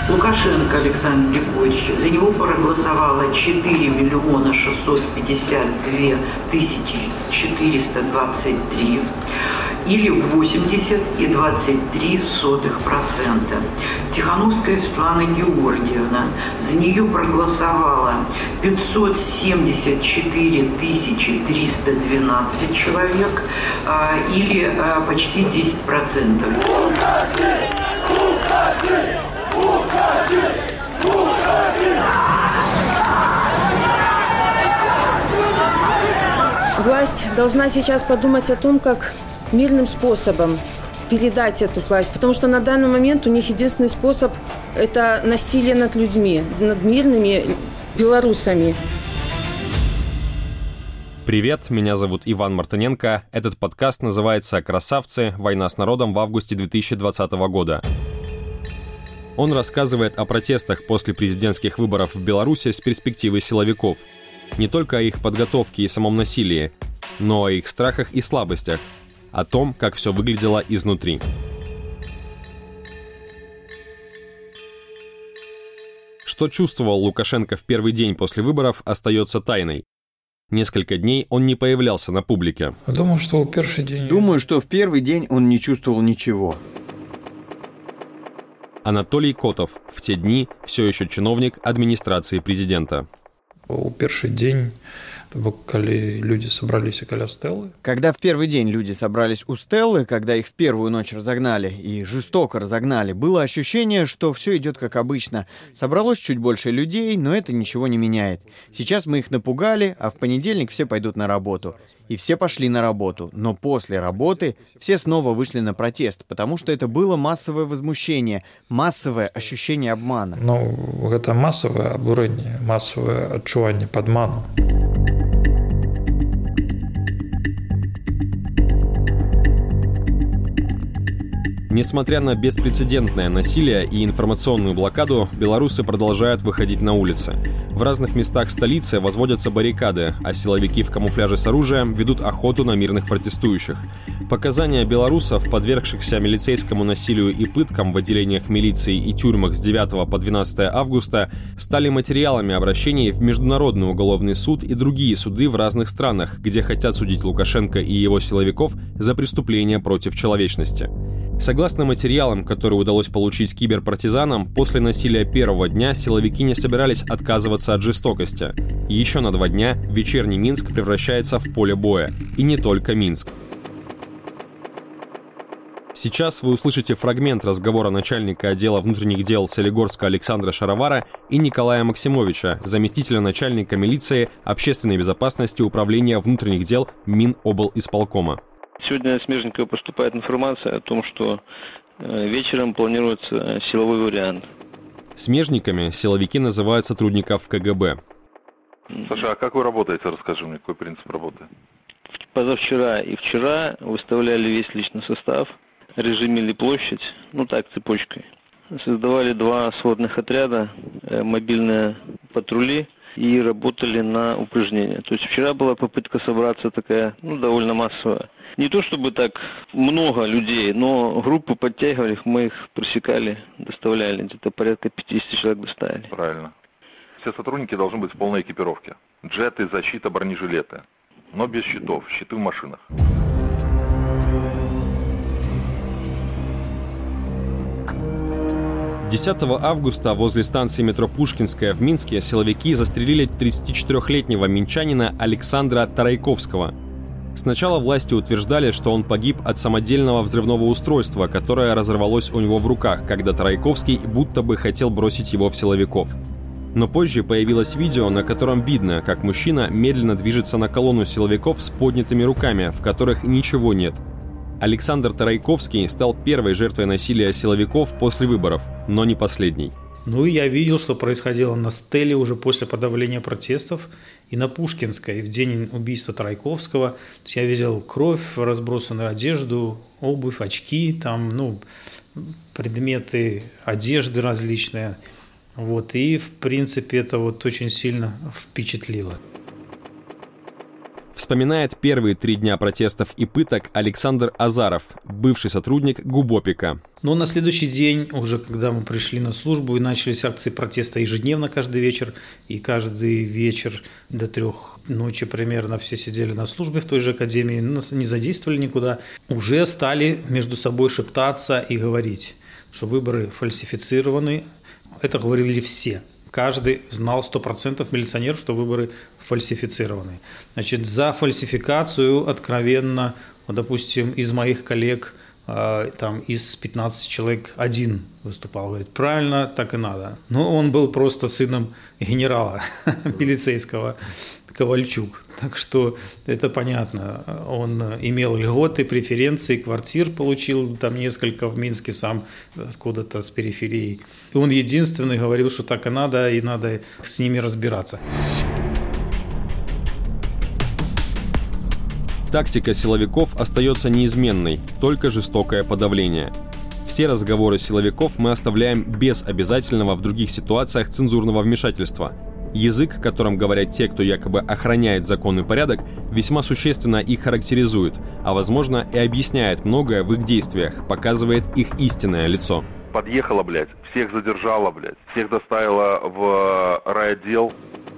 Лукашенко Александр Григорьевич, за него проголосовало 4 миллиона 652 тысячи 423, или 80,23%. Тихановская Светлана Георгиевна, за нее проголосовало 574 тысячи 312 человек, или почти 10%. Власть должна сейчас подумать о том, как мирным способом передать эту власть, потому что на данный момент у них единственный способ – это насилие над людьми, над мирными белорусами. Привет, меня зовут Иван Мартыненко. Этот подкаст называется «Красавцы. Война с народом» в августе 2020 года. Он рассказывает о протестах после президентских выборов в Беларуси с перспективы силовиков. Не только о их подготовке и самом насилии, но о их страхах и слабостях, о том, как все выглядело изнутри. Что чувствовал Лукашенко в первый день после выборов, остается тайной. Несколько дней он не появлялся на публике. Думаю, что в первый день он не чувствовал ничего. Анатолий Котов, в те дни все еще чиновник администрации президента. У первый день, когда люди собрались около Стеллы. Когда в первый день люди собрались у Стеллы, когда их в первую ночь разогнали и жестоко разогнали, было ощущение, что все идет как обычно. Собралось чуть больше людей, но это ничего не меняет. Сейчас мы их напугали, а в понедельник все пойдут на работу. И все пошли на работу, но после работы все снова вышли на протест, потому что это было массовое возмущение, массовое ощущение обмана. Но это массовое обурение, массовое отчувание подману. Несмотря на беспрецедентное насилие и информационную блокаду, белорусы продолжают выходить на улицы. В разных местах столицы возводятся баррикады, а силовики в камуфляже с оружием ведут охоту на мирных протестующих. Показания белорусов, подвергшихся милицейскому насилию и пыткам в отделениях милиции и тюрьмах с 9 по 12 августа, стали материалами обращений в Международный уголовный суд и другие суды в разных странах, где хотят судить Лукашенко и его силовиков за преступления против человечности. Согласно материалам, которые удалось получить киберпартизанам, после насилия первого дня силовики не собирались отказываться от жестокости. Еще на 2 дня вечерний Минск превращается в поле боя. И не только Минск. Сейчас вы услышите фрагмент разговора начальника отдела внутренних дел Солигорска Александра Шаровара и Николая Максимовича, заместителя начальника милиции, общественной безопасности Управления внутренних дел Миноблисполкома. Сегодня с Межникова поступает информация о том, что вечером планируется силовой вариант. Смежниками силовики называют сотрудников КГБ. Саша, а как вы работаете? Расскажи мне, какой принцип работы? Позавчера и вчера выставляли весь личный состав, режимили площадь, цепочкой. Создавали 2 сводных отряда, мобильные патрули, и работали на упражнения. То есть вчера была попытка собраться такая, довольно массовая. Не то чтобы так много людей, но группы подтягивали, мы их пресекали, доставляли, где-то порядка 50 человек доставили. Правильно. Все сотрудники должны быть в полной экипировке. Джеты, защита, бронежилеты. Но без щитов, щиты в машинах. – 10 августа возле станции метро Пушкинская в Минске силовики застрелили 34-летнего минчанина Александра Тарайковского. Сначала власти утверждали, что он погиб от самодельного взрывного устройства, которое разорвалось у него в руках, когда Тарайковский будто бы хотел бросить его в силовиков. Но позже появилось видео, на котором видно, как мужчина медленно движется на колонну силовиков с поднятыми руками, в которых ничего нет. Александр Тарайковский стал первой жертвой насилия силовиков после выборов, но не последней. Я видел, что происходило на Стелле уже после подавления протестов и на Пушкинской в день убийства Тарайковского. То есть я видел кровь, разбросанную одежду, обувь, очки, предметы одежды различные. И, в принципе, это очень сильно впечатлило. В Вспоминает первые 3 дня протестов и пыток Александр Азаров, бывший сотрудник ГУБОПИКа. Но на следующий день, уже когда мы пришли на службу и начались акции протеста ежедневно каждый вечер, и каждый вечер до 3 ночи примерно все сидели на службе в той же академии, нас не задействовали никуда, уже стали между собой шептаться и говорить, что выборы фальсифицированы. Это говорили все. Каждый знал 100% милиционеров, что выборы фальсифицированы. Значит, за фальсификацию откровенно, вот, допустим, из моих коллег, там из 15 человек 1 выступал, говорит, правильно, так и надо. Но он был просто сыном генерала милицейского, Ковальчук. Так что это понятно. Он имел льготы, преференции, квартир получил там несколько в Минске сам откуда-то с периферии. И он единственный говорил, что так и надо с ними разбираться. Тактика силовиков остается неизменной, только жестокое подавление. Все разговоры силовиков мы оставляем без обязательного в других ситуациях цензурного вмешательства. Язык, которым говорят те, кто якобы охраняет закон и порядок, весьма существенно их характеризует, а возможно и объясняет многое в их действиях, показывает их истинное лицо. Подъехала, блядь, всех задержала, блядь, всех доставила в райотдел.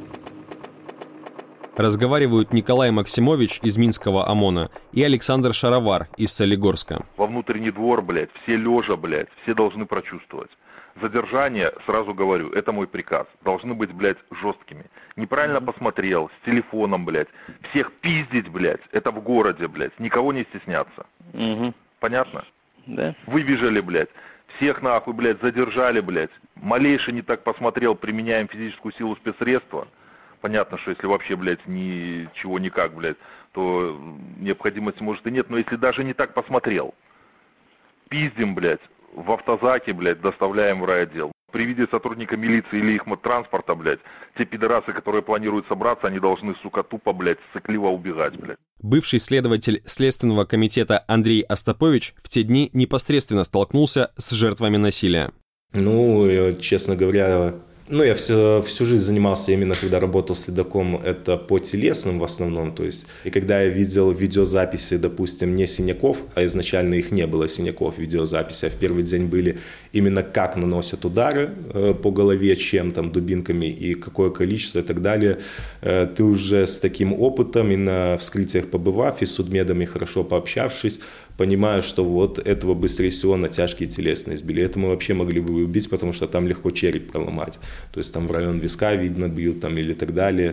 Разговаривают Николай Максимович из Минского ОМОНа и Александр Шаровар из Солигорска. Во внутренний двор, блядь, все лежа, блядь, все должны прочувствовать. Задержание, сразу говорю, это мой приказ. Должны быть, блядь, жесткими. Неправильно посмотрел, с телефоном, блядь. Всех пиздить, блядь, это в городе, блядь. Никого не стесняться. Понятно? Да. Выбежали, блядь. Всех нахуй, блядь, задержали, блядь. Малейший не так посмотрел, применяем физическую силу, спецсредства. Понятно, что если вообще, блядь, ничего никак, блядь, то необходимости может и нет. Но если даже не так посмотрел, пиздим, блядь, в автозаке, блядь, доставляем в райотдел. При виде сотрудника милиции или их транспорта, блядь, те пидорасы, которые планируют собраться, они должны, сука, тупо, блядь, сыкливо убегать, блядь. Бывший следователь Следственного комитета Андрей Остапович в те дни непосредственно столкнулся с жертвами насилия. Честно говоря, я всю жизнь занимался именно, когда работал следаком, это по телесным в основном, то есть, и когда я видел видеозаписи, допустим, не синяков, а изначально их не было синяков в видеозаписи, а в первый день были именно как наносят удары по голове, чем там, дубинками и какое количество и так далее, ты уже с таким опытом и на вскрытиях побывав, и с судмедами хорошо пообщавшись, понимаю, что вот этого быстрее всего на тяжкие телесные избили. Это мы вообще могли бы убить, потому что там легко череп проломать. То есть там в район виска видно бьют там или так далее.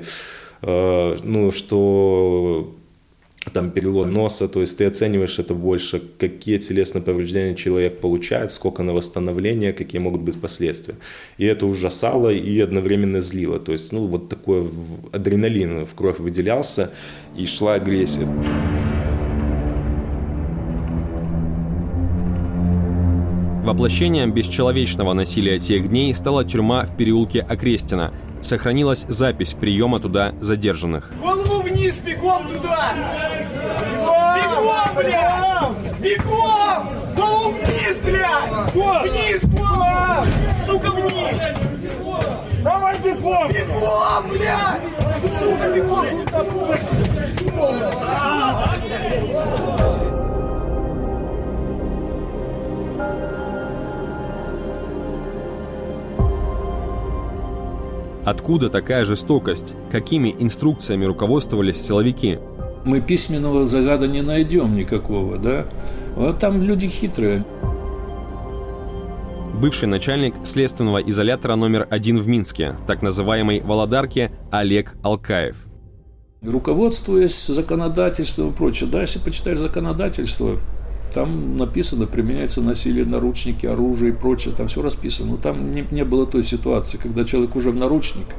Что там перелом носа, то есть ты оцениваешь это больше, какие телесные повреждения человек получает, сколько на восстановление, какие могут быть последствия. И это ужасало и одновременно злило. То есть, вот такой адреналин в кровь выделялся и шла агрессия. Воплощением бесчеловечного насилия тех дней стала тюрьма в переулке Окрестина. Сохранилась запись приема туда задержанных. Голову вниз, бегом туда! Бегом, блядь! Бегом! Голову вниз, блядь! Вниз, голову! Сука, вниз! Давай бегом! Бегом, блядь! Сука, бегом! Откуда такая жестокость? Какими инструкциями руководствовались силовики? Мы письменного загада не найдем никакого, да? Вот там люди хитрые. Бывший начальник следственного изолятора номер 1 в Минске, так называемой Володарки, Олег Алкаев. Руководствуясь законодательством и прочее, да, если почитаешь законодательство, там написано, применяется насилие, наручники, оружие и прочее, там все расписано. Но там не было той ситуации, когда человек уже в наручниках,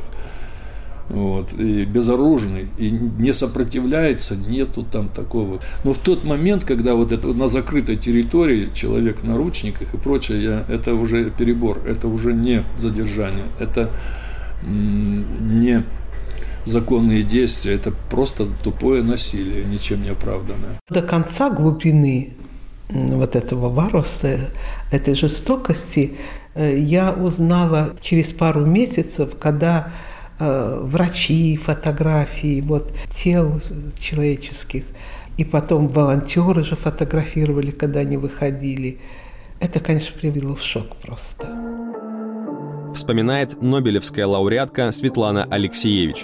и безоружный, и не сопротивляется, нету там такого. Но в тот момент, когда вот это на закрытой территории человек в наручниках и прочее, это уже перебор, это уже не задержание, это не законные действия, это просто тупое насилие, ничем не оправданное. До конца глубины вот этого варварства, этой жестокости я узнала через пару месяцев, когда врачи, фотографии вот, тел человеческих. И потом волонтеры же фотографировали, когда они выходили. Это, конечно, привело в шок просто. Вспоминает нобелевская лауреатка Светлана Алексеевич.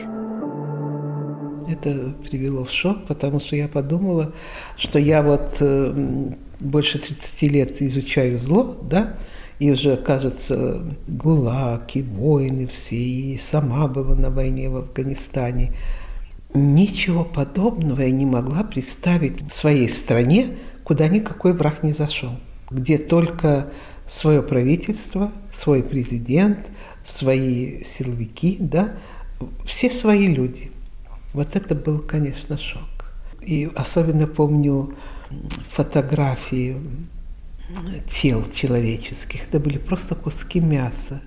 Это привело в шок, потому что я подумала, что я вот больше 30 лет изучаю зло, да, и уже, кажется, ГУЛАГ, и войны все, и сама была на войне в Афганистане. Ничего подобного я не могла представить в своей стране, куда никакой враг не зашел, где только свое правительство, свой президент, свои силовики, да, все свои люди. Вот это был, конечно, шок. И особенно помню фотографии тел человеческих. Это были просто куски мяса.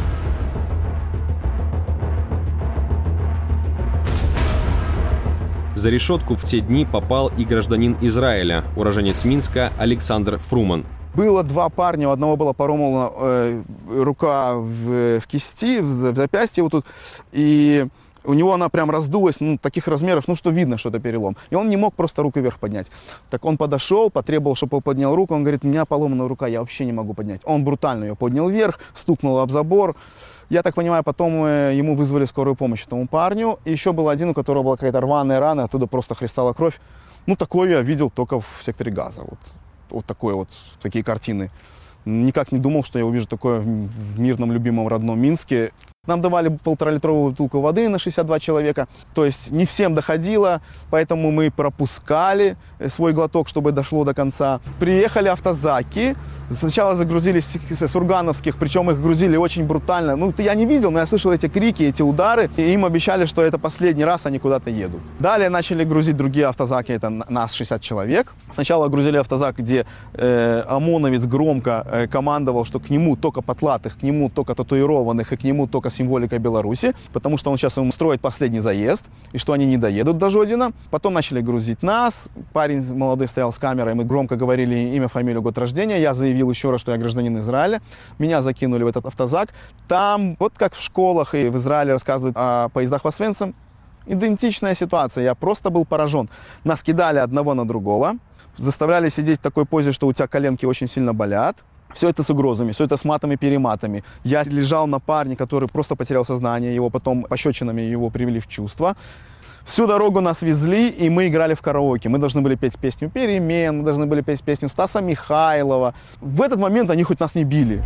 За решетку в те дни попал и гражданин Израиля, уроженец Минска Александр Фруман. Было два парня, у одного была поромана рука в кисти, в запястье вот тут, и у него она прям раздулась, таких размеров, что видно, что это перелом. И он не мог просто руку вверх поднять. Так он подошел, потребовал, чтобы он поднял руку. Он говорит, у меня поломана рука, я вообще не могу поднять. Он брутально ее поднял вверх, стукнул об забор. Я так понимаю, потом ему вызвали скорую помощь, этому парню. И еще был один, у которого была какая-то рваная рана, оттуда просто хлестала кровь. Такое я видел только в секторе Газа. Вот такие картины. Никак не думал, что я увижу такое в мирном, любимом, родном Минске. Нам давали 1,5-литровую бутылку воды на 62 человека, то есть не всем доходило, поэтому мы пропускали свой глоток, чтобы дошло до конца. Приехали автозаки, сначала загрузились с ургановских, причем их грузили очень брутально. Я не видел, но я слышал эти крики, эти удары, и им обещали, что это последний раз они куда-то едут. Далее начали грузить другие автозаки, это нас 60 человек. Сначала грузили автозак, где ОМОНовец громко командовал, что к нему только потлатых, к нему только татуированных и к нему только символика Беларуси, потому что он сейчас им строит последний заезд, и что они не доедут до Жодина. Потом начали грузить нас. Парень молодой стоял с камерой, мы громко говорили имя, фамилию, год рождения. Я заявил еще раз, что я гражданин Израиля. Меня закинули в этот автозак. Там, вот как в школах и в Израиле рассказывают о поездах в Освенцим, идентичная ситуация. Я просто был поражен. Нас кидали одного на другого, заставляли сидеть в такой позе, что у тебя коленки очень сильно болят. Все это с угрозами, все это с матами-перематами. Я лежал на парне, который просто потерял сознание, его потом пощечинами его привели в чувство. Всю дорогу нас везли, и мы играли в караоке. Мы должны были петь песню «Перемен», мы должны были петь песню Стаса Михайлова. В этот момент они хоть нас не били.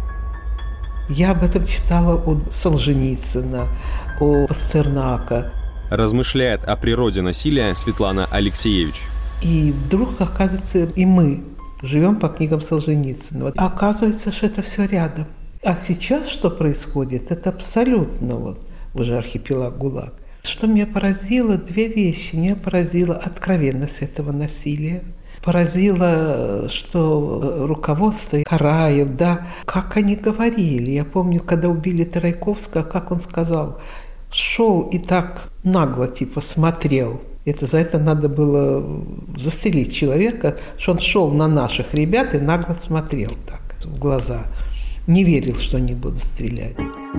Я об этом читала у Солженицына, у Пастернака. Размышляет о природе насилия Светлана Алексеевич. И вдруг, оказывается, и мы живем по книгам Солженицына. Оказывается, что это все рядом. А сейчас что происходит? Это абсолютно уже архипелаг ГУЛАГ. Что меня поразило? Две вещи. Меня поразила откровенность этого насилия. Поразило, что руководство Караев, да, как они говорили. Я помню, когда убили Тарайковского, как он сказал, шел и так нагло смотрел. За это надо было застрелить человека, что он шел на наших ребят и нагло смотрел так в глаза. Не верил, что они будут стрелять.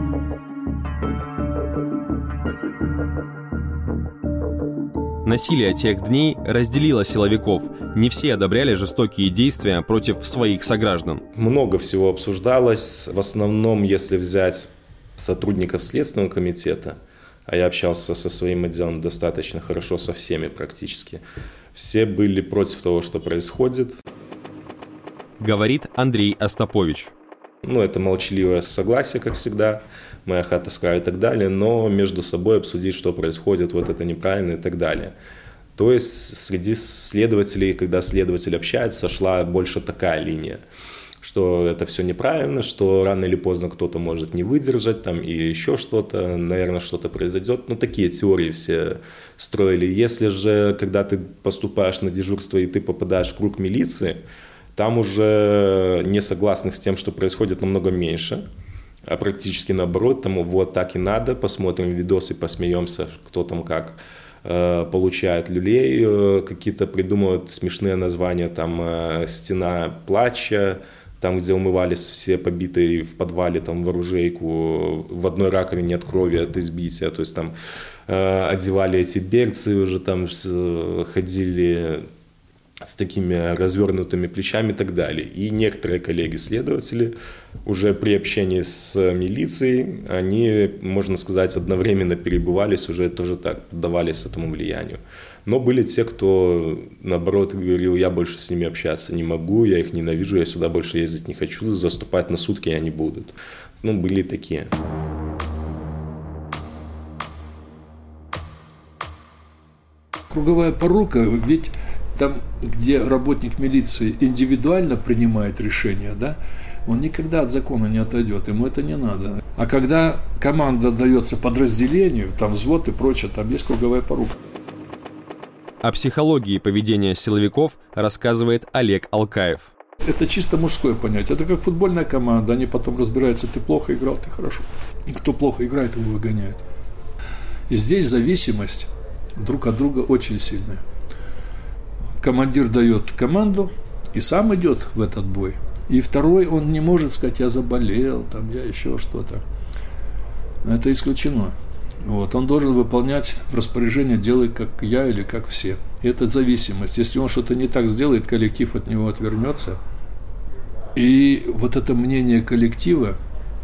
Насилие тех дней разделило силовиков. Не все одобряли жестокие действия против своих сограждан. Много всего обсуждалось. В основном, если взять сотрудников Следственного комитета, а я общался со своим отделом достаточно хорошо, со всеми практически, все были против того, что происходит. Говорит Андрей Остапович. Это молчаливое согласие, как всегда, моя хата с краю и так далее, но между собой обсудить, что происходит, это неправильно и так далее. То есть среди следователей, когда следователь общается, шла больше такая линия, что это все неправильно, что рано или поздно кто-то может не выдержать, и еще что-то, наверное, что-то произойдет. Такие теории все строили. Если же, когда ты поступаешь на дежурство и ты попадаешь в круг милиции, там уже несогласных с тем, что происходит, намного меньше. А практически наоборот, тому так и надо, посмотрим видосы, посмеемся, кто там как получает люлей, какие-то придумывают смешные названия, «Стена плача», там, где умывались все побитые в подвале, там, в оружейку, в одной раковине от крови, от избития, то есть там одевали эти берцы, уже там ходили с такими развернутыми плечами и так далее. И некоторые коллеги-следователи уже при общении с милицией, они, можно сказать, одновременно перебывались, уже тоже так, поддавались этому влиянию. Но были те, кто, наоборот, говорил, я больше с ними общаться не могу, я их ненавижу, я сюда больше ездить не хочу, заступать на сутки они будут. Ну, были такие. Круговая порука, ведь там, где работник милиции индивидуально принимает решение, да, он никогда от закона не отойдет, ему это не надо. А когда команда дается подразделению, там взвод и прочее, там есть круговая порука. О психологии поведения силовиков рассказывает Олег Алкаев. Это чисто мужское понятие. Это как футбольная команда. Они потом разбираются, ты плохо играл, ты хорошо. И кто плохо играет, его выгоняют. И здесь зависимость друг от друга очень сильная. Командир дает команду и сам идет в этот бой. И второй, он не может сказать, я заболел, там, я еще что-то. Это исключено. Вот. Он должен выполнять распоряжение, делай как я или как все. И это зависимость. Если он что-то не так сделает, коллектив от него отвернется. И вот это мнение коллектива,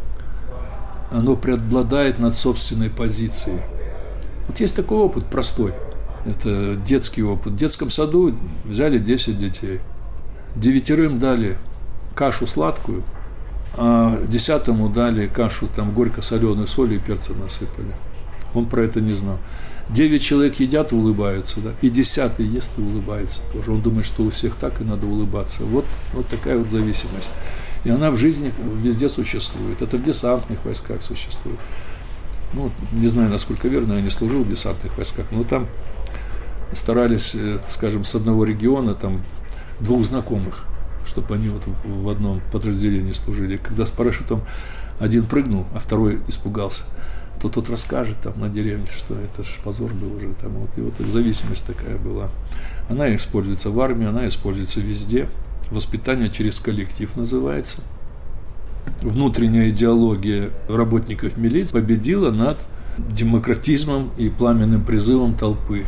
оно преобладает над собственной позицией. Вот есть такой опыт простой. Это детский опыт. В детском саду взяли 10 детей. 9 дали кашу сладкую, а 10 дали кашу там горько-соленой соли и перца насыпали. Он про это не знал. 9 человек едят и улыбаются, да? И 10 ест и улыбается тоже. Он думает, что у всех так и надо улыбаться. Вот такая вот зависимость. И она в жизни везде существует. Это в десантных войсках существует. Ну, не знаю, насколько верно, я не служил в десантных войсках, но там старались, скажем, с одного региона там 2 знакомых, чтобы они вот в одном подразделении служили. Когда с парашютом один прыгнул, а второй испугался, то тот расскажет там на деревне, что это ж позор был уже там. Вот. И вот зависимость такая была. Она используется в армии, она используется везде. Воспитание через коллектив называется. Внутренняя идеология работников милиции победила над демократизмом и пламенным призывом толпы.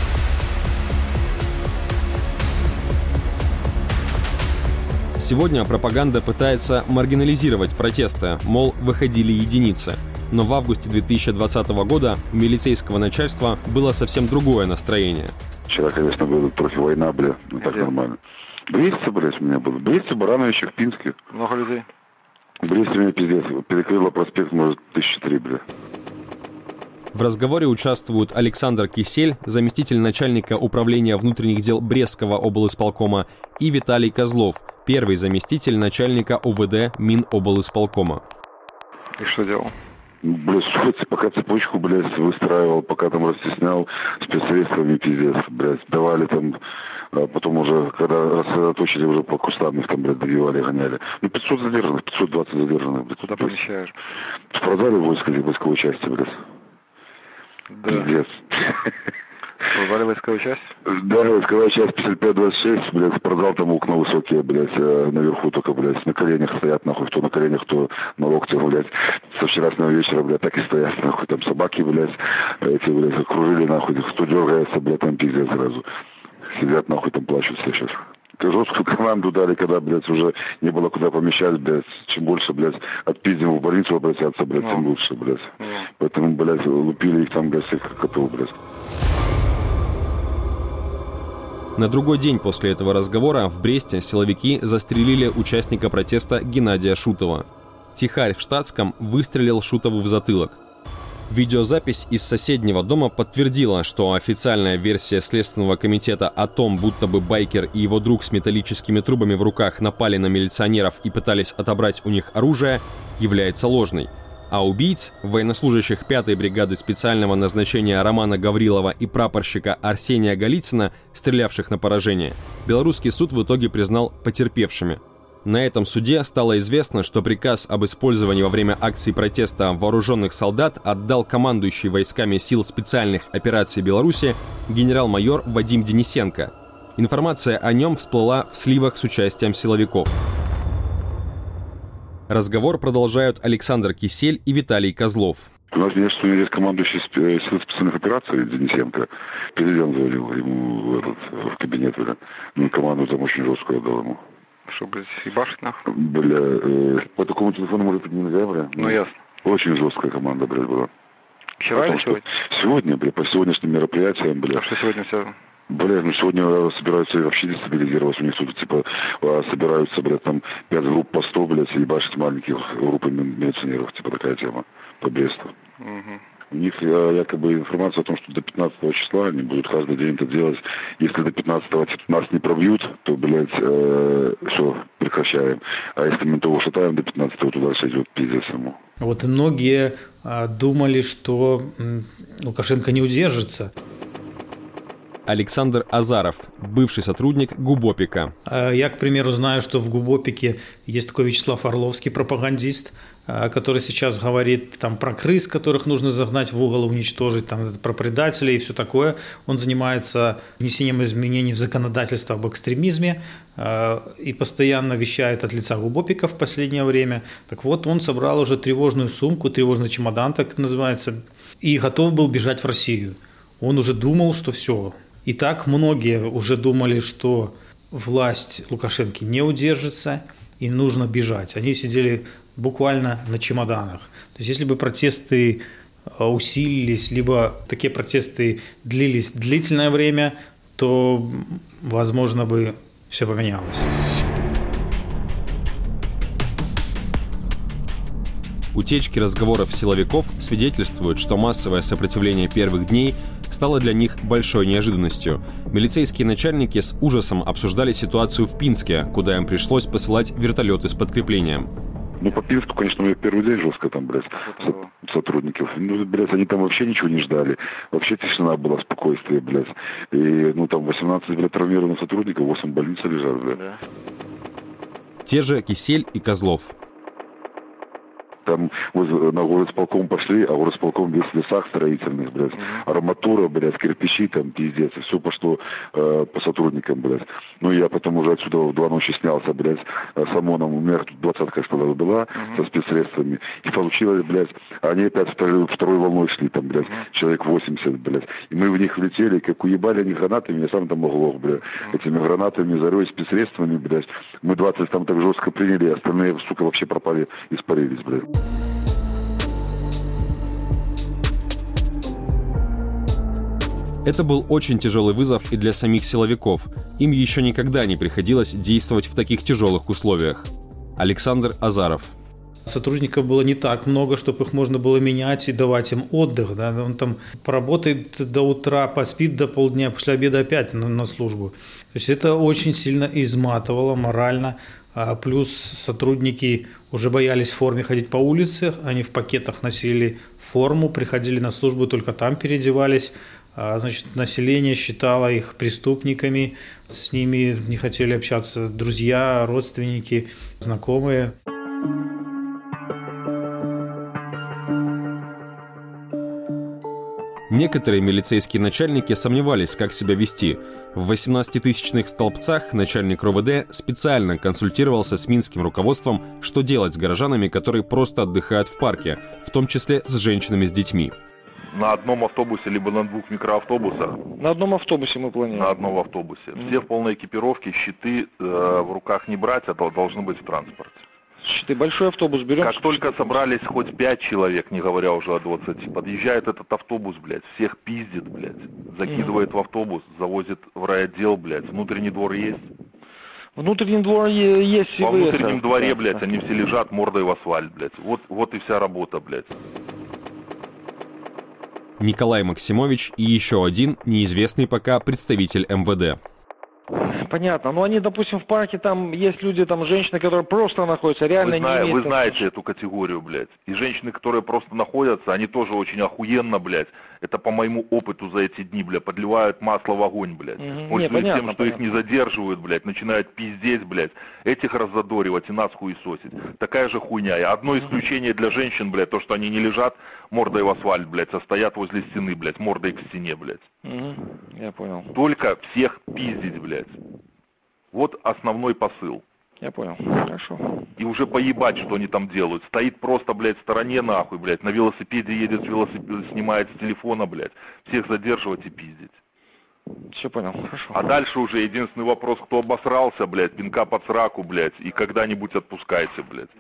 Сегодня пропаганда пытается маргинализировать протесты, мол, выходили единицы. Но в августе 2020 года у милицейского начальства было совсем другое настроение. Вчера, конечно, была трохи война, бля, ну так нормально. В Бресте, блядь, у меня было. В Бресте, Барановиче, в Пинске. Много людей? В Бресте меня пиздец. Перекрыло проспект, может, 1003, бля. В разговоре участвуют Александр Кисель, заместитель начальника управления внутренних дел Брестского облисполкома, и Виталий Козлов, первый заместитель начальника УВД Миноблисполкома. И что делал? Блядь, пока цепочку, блядь, выстраивал, пока там растеснял спецсредствами, пиздец, блядь, давали там, а потом уже, когда рассредоточили, уже по кустам их там, блядь, добивали, гоняли. Ну, 500 задержанных, 520 задержанных, блядь. Куда помещаешь? В продали войсковой части, блядь. Да. Пиздец. Продали войсковую часть? Да, войсковая часть 55-26, блядь, продал там окна высокие, блядь, наверху только, блядь, на коленях стоят, нахуй, кто на коленях, кто на локтях, блядь. Со вчерашнего вечера, блядь, так и стоят, нахуй, там собаки, блядь, эти, блядь, окружили, нахуй, кто дергается, блядь, там пиздец сразу. Сидят, нахуй, там плачут все сейчас. Жесткую команду дали, когда, блядь, уже не было куда помещать, блядь. Чем больше, блядь, отпиздим в больницу обратятся, блядь, тем лучше, блядь. Поэтому, блядь, лупили их там, блядь, всех как котов, блядь. На другой день после этого разговора в Бресте силовики застрелили участника протеста Геннадия Шутова. Тихарь в штатском выстрелил Шутову в затылок. Видеозапись из соседнего дома подтвердила, что официальная версия Следственного комитета о том, будто бы байкер и его друг с металлическими трубами в руках напали на милиционеров и пытались отобрать у них оружие, является ложной. А убийц, военнослужащих 5-й бригады специального назначения Романа Гаврилова и прапорщика Арсения Голицына, стрелявших на поражение, белорусский суд в итоге признал потерпевшими. На этом суде стало известно, что приказ об использовании во время акций протеста вооруженных солдат отдал командующий войсками сил специальных операций Беларуси генерал-майор Вадим Денисенко. Информация о нем всплыла в сливах с участием силовиков. Разговор продолжают Александр Кисель и Виталий Козлов. У нас есть командующий сил специальных операций Денисенко. Президент звонил ему в кабинет, команду там очень жесткую отдал ему. Чтобы ебашить нахуй? По такому телефону может быть нельзя, Ну ясно. Очень жесткая команда, была. Вчера или сегодня? Сегодня, по сегодняшним мероприятиям, А что сегодня все? Сегодня собираются вообще дестабилизироваться. У них тут, собираются, там 5 групп по 100, и ебашить маленьких группами милиционеров, такая тема по Бресту. У них якобы информация о том, что до 15 числа они будут каждый день это делать. Если до 15 нас не пробьют, то, все, прекращаем. А если мы того шатаем до 15, то туда идет пиздец ему. Вот многие думали, что Лукашенко не удержится. Александр Азаров, бывший сотрудник ГУБОПИКа. Я, к примеру, знаю, что в ГУБОПИКе есть такой Вячеслав Орловский, пропагандист, который сейчас говорит про крыс, которых нужно загнать в угол, уничтожить, про предателей и все такое. Он занимается внесением изменений в законодательство об экстремизме и постоянно вещает от лица ГУБОПИКа в последнее время. Так вот, он собрал уже тревожную сумку, тревожный чемодан, так называется, и готов был бежать в Россию. Он уже думал, что все. И так многие уже думали, что власть Лукашенко не удержится и нужно бежать. Они сидели буквально на чемоданах. То есть если бы протесты усилились, либо такие протесты длились длительное время, то, возможно, бы все поменялось. Утечки разговоров силовиков свидетельствуют, что массовое сопротивление первых дней стало для них большой неожиданностью. Милицейские начальники с ужасом обсуждали ситуацию в Пинске, куда им пришлось посылать вертолеты с подкреплением. По Пинску, конечно, мы первый день жестко сотрудников. Они там вообще ничего не ждали. Вообще тишина была, спокойствие, И, там 18, травмированных сотрудников, 8 в больнице лежат, Те же Кисель и Козлов. Там на горосполком пошли, а горосполком весь в лесах строительных, арматура, кирпичи, пиздец, и все пошло по сотрудникам, я потом уже отсюда в 2 ночи снялся, с ОМОНом, у меня тут 20-ка что-то была, со спецсредствами, и получилось, они опять второй волной шли, человек 80, и мы в них влетели, как уебали они гранатами, я сам там оглох, этими гранатами, зарой, спецсредствами, мы 20 там так жестко приняли, а остальные, сука, вообще пропали, испарились, Это был очень тяжелый вызов и для самих силовиков. Им еще никогда не приходилось действовать в таких тяжелых условиях. Александр Азаров. Сотрудников было не так много, чтобы их можно было менять и давать им отдых. Да? Он там поработает до утра, поспит до полдня, после обеда опять на службу. То есть это очень сильно изматывало морально. Плюс сотрудники уже боялись в форме ходить по улице, они в пакетах носили форму, приходили на службу, только там переодевались. Население считало их преступниками, с ними не хотели общаться друзья, родственники, знакомые. Некоторые милицейские начальники сомневались, как себя вести. В 18-тысячных столбцах начальник РОВД специально консультировался с минским руководством, что делать с горожанами, которые просто отдыхают в парке, в том числе с женщинами с детьми. На одном автобусе, либо на 2 микроавтобусах. На одном автобусе мы планируем. На одном автобусе. Все в полной экипировке, щиты в руках не брать, а должны быть в транспорте. Щиты, большой автобус берем. Как только собрались хоть 5 человек, не говоря уже о 20, подъезжает этот автобус, всех пиздит, закидывает в автобус, завозит в райотдел, внутренний двор есть. Внутренний двор есть. Во внутреннем дворе, они все лежат мордой в асфальт, Вот и вся работа, Николай Максимович и еще один неизвестный пока представитель МВД. Понятно. Но они, допустим, в парке, там есть люди, женщины, которые просто находятся, реально не имеют... Вы знаете эту категорию, И женщины, которые просто находятся, они тоже очень охуенно, Это по моему опыту за эти дни, подливают масло в огонь, Пользуясь тем, что их не задерживают, начинают пиздеть, Этих раззадоривать и нас хуесосить. Такая же хуйня. И одно исключение для женщин, то, что они не лежат мордой в асфальт, а стоят возле стены, мордой к стене, Я понял. Только всех пиздить, Вот основной посыл. Я понял. Хорошо. И уже поебать, что они там делают. Стоит просто, блядь, в стороне нахуй, блядь. На велосипеде едет, снимает с телефона, блядь. Всех задерживать и пиздить. Все понял, хорошо. А дальше уже единственный вопрос, кто обосрался, блядь, пинка под сраку, блядь, и когда-нибудь отпускайте, блядь.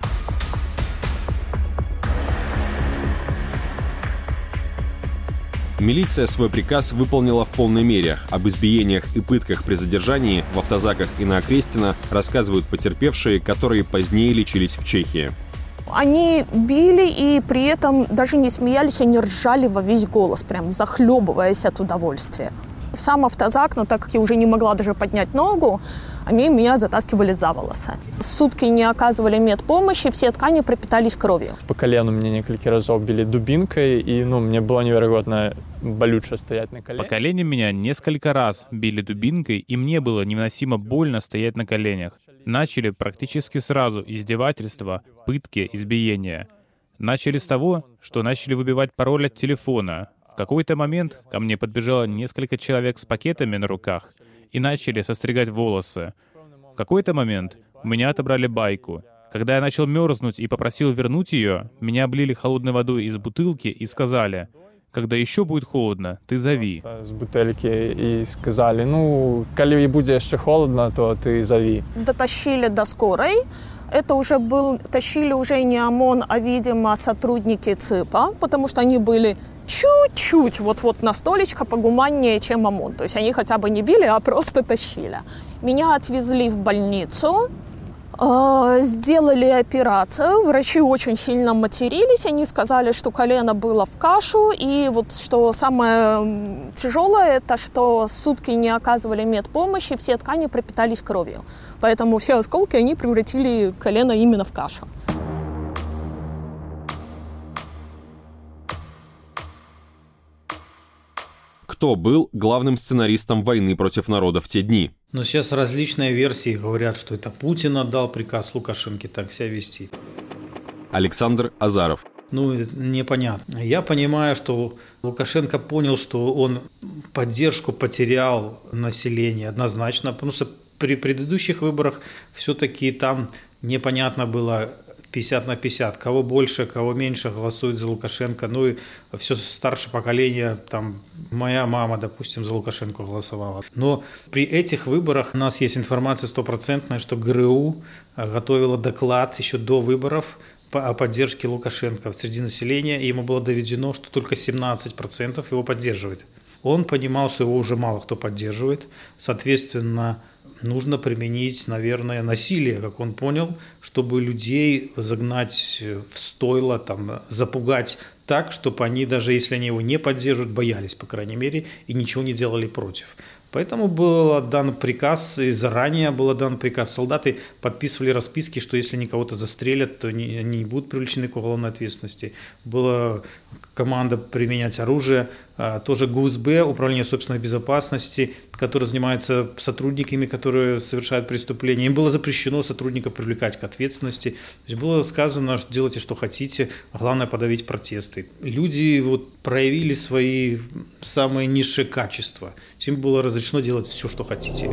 Милиция свой приказ выполнила в полной мере. Об избиениях и пытках при задержании в автозаках и на Окрестина рассказывают потерпевшие, которые позднее лечились в Чехии. Они били и при этом даже не смеялись, они ржали во весь голос, прям захлебываясь от удовольствия. В сам автозак, но так как я уже не могла даже поднять ногу, они меня затаскивали за волосы. Сутки не оказывали медпомощи, все ткани пропитались кровью. По колену мне несколько раз били дубинкой, и мне было невероятно болюче стоять на коленях. По коленям меня несколько раз били дубинкой, и мне было невыносимо больно стоять на коленях. Начали практически сразу издевательства, пытки, избиения. Начали с того, что начали выбивать пароль от телефона. В какой-то момент ко мне подбежало несколько человек с пакетами на руках и начали состригать волосы. В какой-то момент у меня отобрали байку. Когда я начал мерзнуть и попросил вернуть ее, меня облили холодной водой из бутылки и сказали: «Когда еще будет холодно, ты зови». С бутылки и сказали: «Коли будет еще холодно, то ты зови». Дотащили до скорой. Это уже тащили уже не ОМОН, а, видимо, сотрудники ЦИПа, потому что они были чуть-чуть вот на столечко погуманнее, чем ОМОН. То есть они хотя бы не били, а просто тащили. Меня отвезли в больницу, сделали операцию. Врачи очень сильно матерились. Они сказали, что колено было в кашу. И вот что самое тяжелое, это что сутки не оказывали медпомощи, все ткани пропитались кровью. Поэтому все осколки, они превратили колено именно в кашу. Кто был главным сценаристом войны против народа в те дни? Но сейчас различные версии говорят, что это Путин отдал приказ Лукашенке так себя вести. Александр Азаров. Непонятно. Я понимаю, что Лукашенко понял, что он поддержку потерял населения однозначно, потому что при предыдущих выборах все-таки там непонятно было 50 на 50. Кого больше, кого меньше голосует за Лукашенко. И все старшее поколение, моя мама, допустим, за Лукашенко голосовала. Но при этих выборах у нас есть информация стопроцентная, что ГРУ готовила доклад еще до выборов о поддержке Лукашенко среди населения, и ему было доведено, что только 17% его поддерживает. Он понимал, что его уже мало кто поддерживает, соответственно, нужно применить, наверное, насилие, как он понял, чтобы людей загнать в стойло, запугать так, чтобы они, даже если они его не поддерживают, боялись, по крайней мере, и ничего не делали против. Поэтому был дан приказ, и заранее был дан приказ. Солдаты подписывали расписки, что если они кого-то застрелят, то они не будут привлечены к уголовной ответственности. Была команда применять оружие. Тоже ГУСБ, Управление собственной безопасности, которое занимается сотрудниками, которые совершают преступления. Им было запрещено сотрудников привлекать к ответственности. То есть было сказано, что делайте, что хотите, главное подавить протесты. Люди проявили свои самые низшие качества. Им было разрешено делать все, что хотите.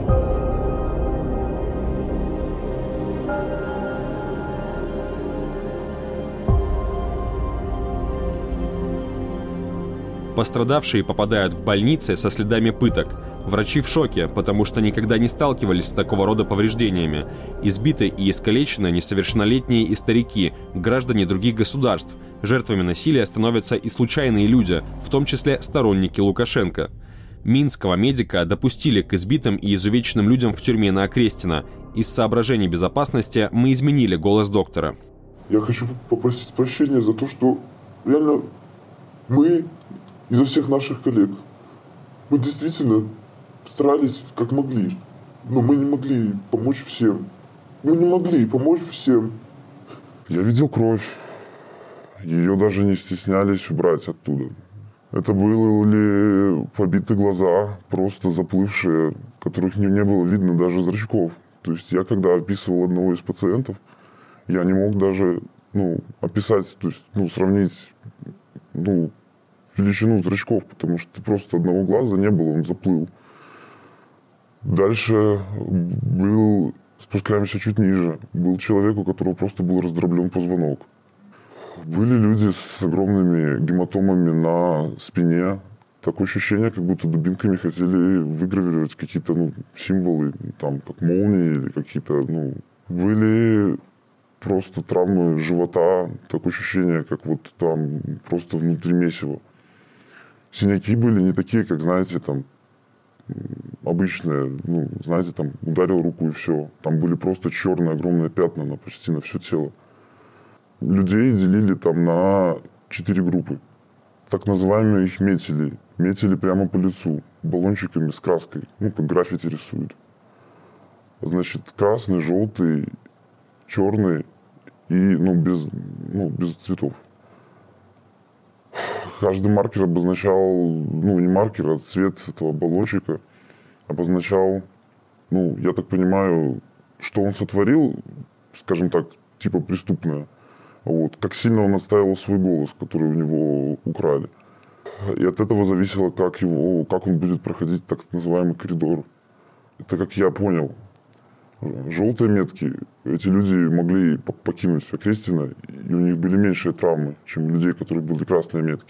Пострадавшие попадают в больницы со следами пыток. Врачи в шоке, потому что никогда не сталкивались с такого рода повреждениями. Избиты и искалечены несовершеннолетние и старики, граждане других государств. Жертвами насилия становятся и случайные люди, в том числе сторонники Лукашенко. Минского медика допустили к избитым и изувеченным людям в тюрьме на Окрестина. Из соображений безопасности мы изменили голос доктора. Я хочу попросить прощения за то, что реально мы из-за всех наших коллег, мы действительно старались как могли, но мы не могли помочь всем. Мы не могли помочь всем. Я видел кровь. Ее даже не стеснялись убрать оттуда. Это были побиты глаза, просто заплывшие, которых не было видно даже зрачков. То есть я, когда описывал одного из пациентов, я не мог даже описать, то есть сравнить величину зрачков, потому что просто одного глаза не было, он заплыл. Дальше был Спускаемся чуть ниже. Был человек, у которого просто был раздроблен позвонок. Были люди с огромными гематомами на спине. Такое ощущение, как будто дубинками хотели выгравировать какие-то символы, там, как молнии или какие-то, Были просто травмы живота. Такое ощущение, как вот там просто внутри месива. Синяки были не такие, как, знаете, там, обычные, знаете, там, ударил руку и все. Там были просто черные огромные пятна почти на все тело. Людей делили там на 4 группы. Так называемые их метили. Метили прямо по лицу, баллончиками с краской, как граффити рисуют. Значит, красный, желтый, черный и, без цветов. Каждый маркер обозначал, не маркер, а цвет этого баллончика обозначал, я так понимаю, что он сотворил, скажем так, типа преступное. Вот, как сильно он отстаивал свой голос, который у него украли. И от этого зависело, как он будет проходить так называемый коридор. Это как я понял. Желтые метки, эти люди могли покинуть Окрестино, и у них были меньшие травмы, чем у людей, у которых были красные метки.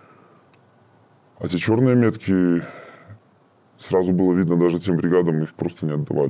А те черные метки, сразу было видно, даже тем бригадам их просто не отдавали.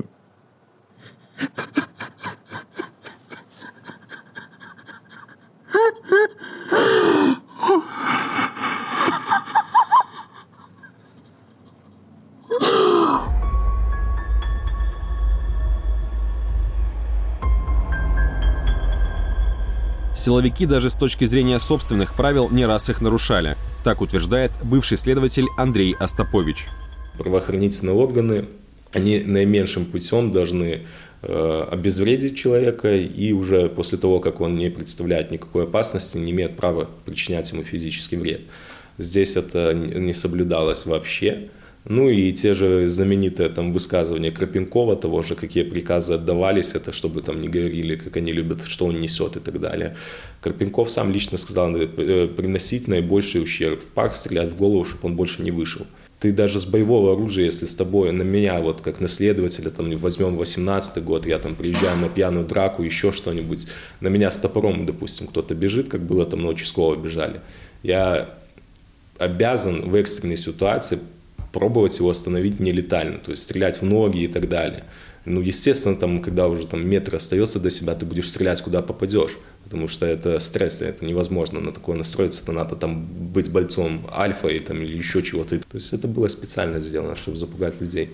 Силовики даже с точки зрения собственных правил не раз их нарушали. Так утверждает бывший следователь Андрей Остапович. Правоохранительные органы, они наименьшим путем должны обезвредить человека, и уже после того, как он не представляет никакой опасности, не имеет права причинять ему физический вред. Здесь это не соблюдалось вообще. И те же знаменитые высказывания Крапенкова, того же, какие приказы отдавались, это чтобы не говорили, как они любят, что он несет и так далее. Крапенков сам лично сказал, надо приносить наибольший ущерб в пах, стрелять в голову, чтобы он больше не вышел. Ты даже с боевого оружия, если с тобой, на меня, вот как на следователя, возьмем 18-й год, я приезжаю на пьяную драку, еще что-нибудь, на меня с топором, допустим, кто-то бежит, как было на участкового бежали, я обязан в экстренной ситуации пробовать его остановить нелетально, то есть стрелять в ноги и так далее. Естественно, когда уже метр остается до себя, ты будешь стрелять, куда попадешь, потому что это стресс, это невозможно на такое настроиться, это надо быть бойцом альфа или еще чего-то. То есть это было специально сделано, чтобы запугать людей.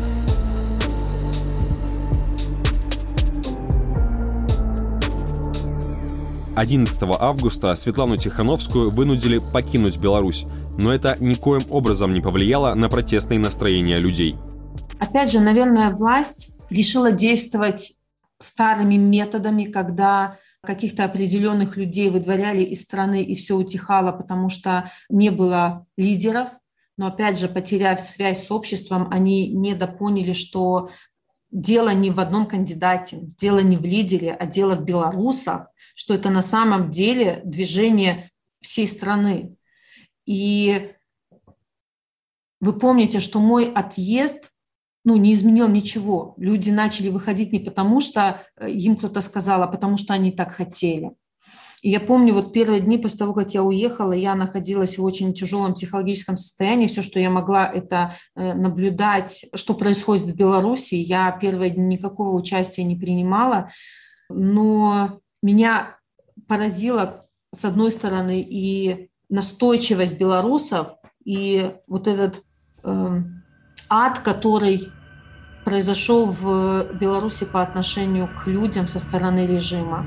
– 11 августа Светлану Тихановскую вынудили покинуть Беларусь, но это никоим образом не повлияло на протестные настроения людей. Опять же, наверное, власть решила действовать старыми методами, когда каких-то определенных людей выдворяли из страны, и все утихало, потому что не было лидеров. Но опять же, потеряв связь с обществом, они недопоняли, что дело не в одном кандидате, дело не в лидере, а дело в белорусах, что это на самом деле движение всей страны. И вы помните, что мой отъезд не изменил ничего. Люди начали выходить не потому, что им кто-то сказал, а потому что они так хотели. И я помню, первые дни после того, как я уехала, я находилась в очень тяжелом психологическом состоянии. Все, что я могла, это наблюдать, что происходит в Беларуси. Я первые дни никакого участия не принимала. Но меня поразила, с одной стороны, и настойчивость белорусов, и вот этот ад, который произошел в Беларуси по отношению к людям со стороны режима.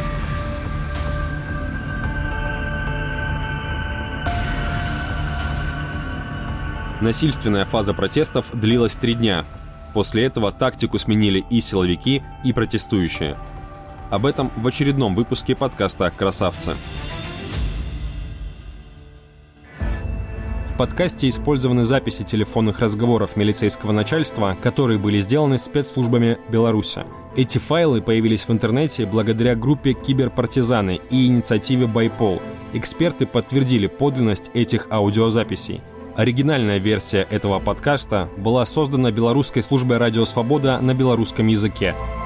Насильственная фаза протестов длилась 3 дня. После этого тактику сменили и силовики, и протестующие. Об этом в очередном выпуске подкаста «Красавцы». В подкасте использованы записи телефонных разговоров милицейского начальства, которые были сделаны спецслужбами Беларуси. Эти файлы появились в интернете благодаря группе «Киберпартизаны» и инициативе «Байпол». Эксперты подтвердили подлинность этих аудиозаписей. Оригинальная версия этого подкаста была создана Белорусской службой «Радио Свобода» на белорусском языке.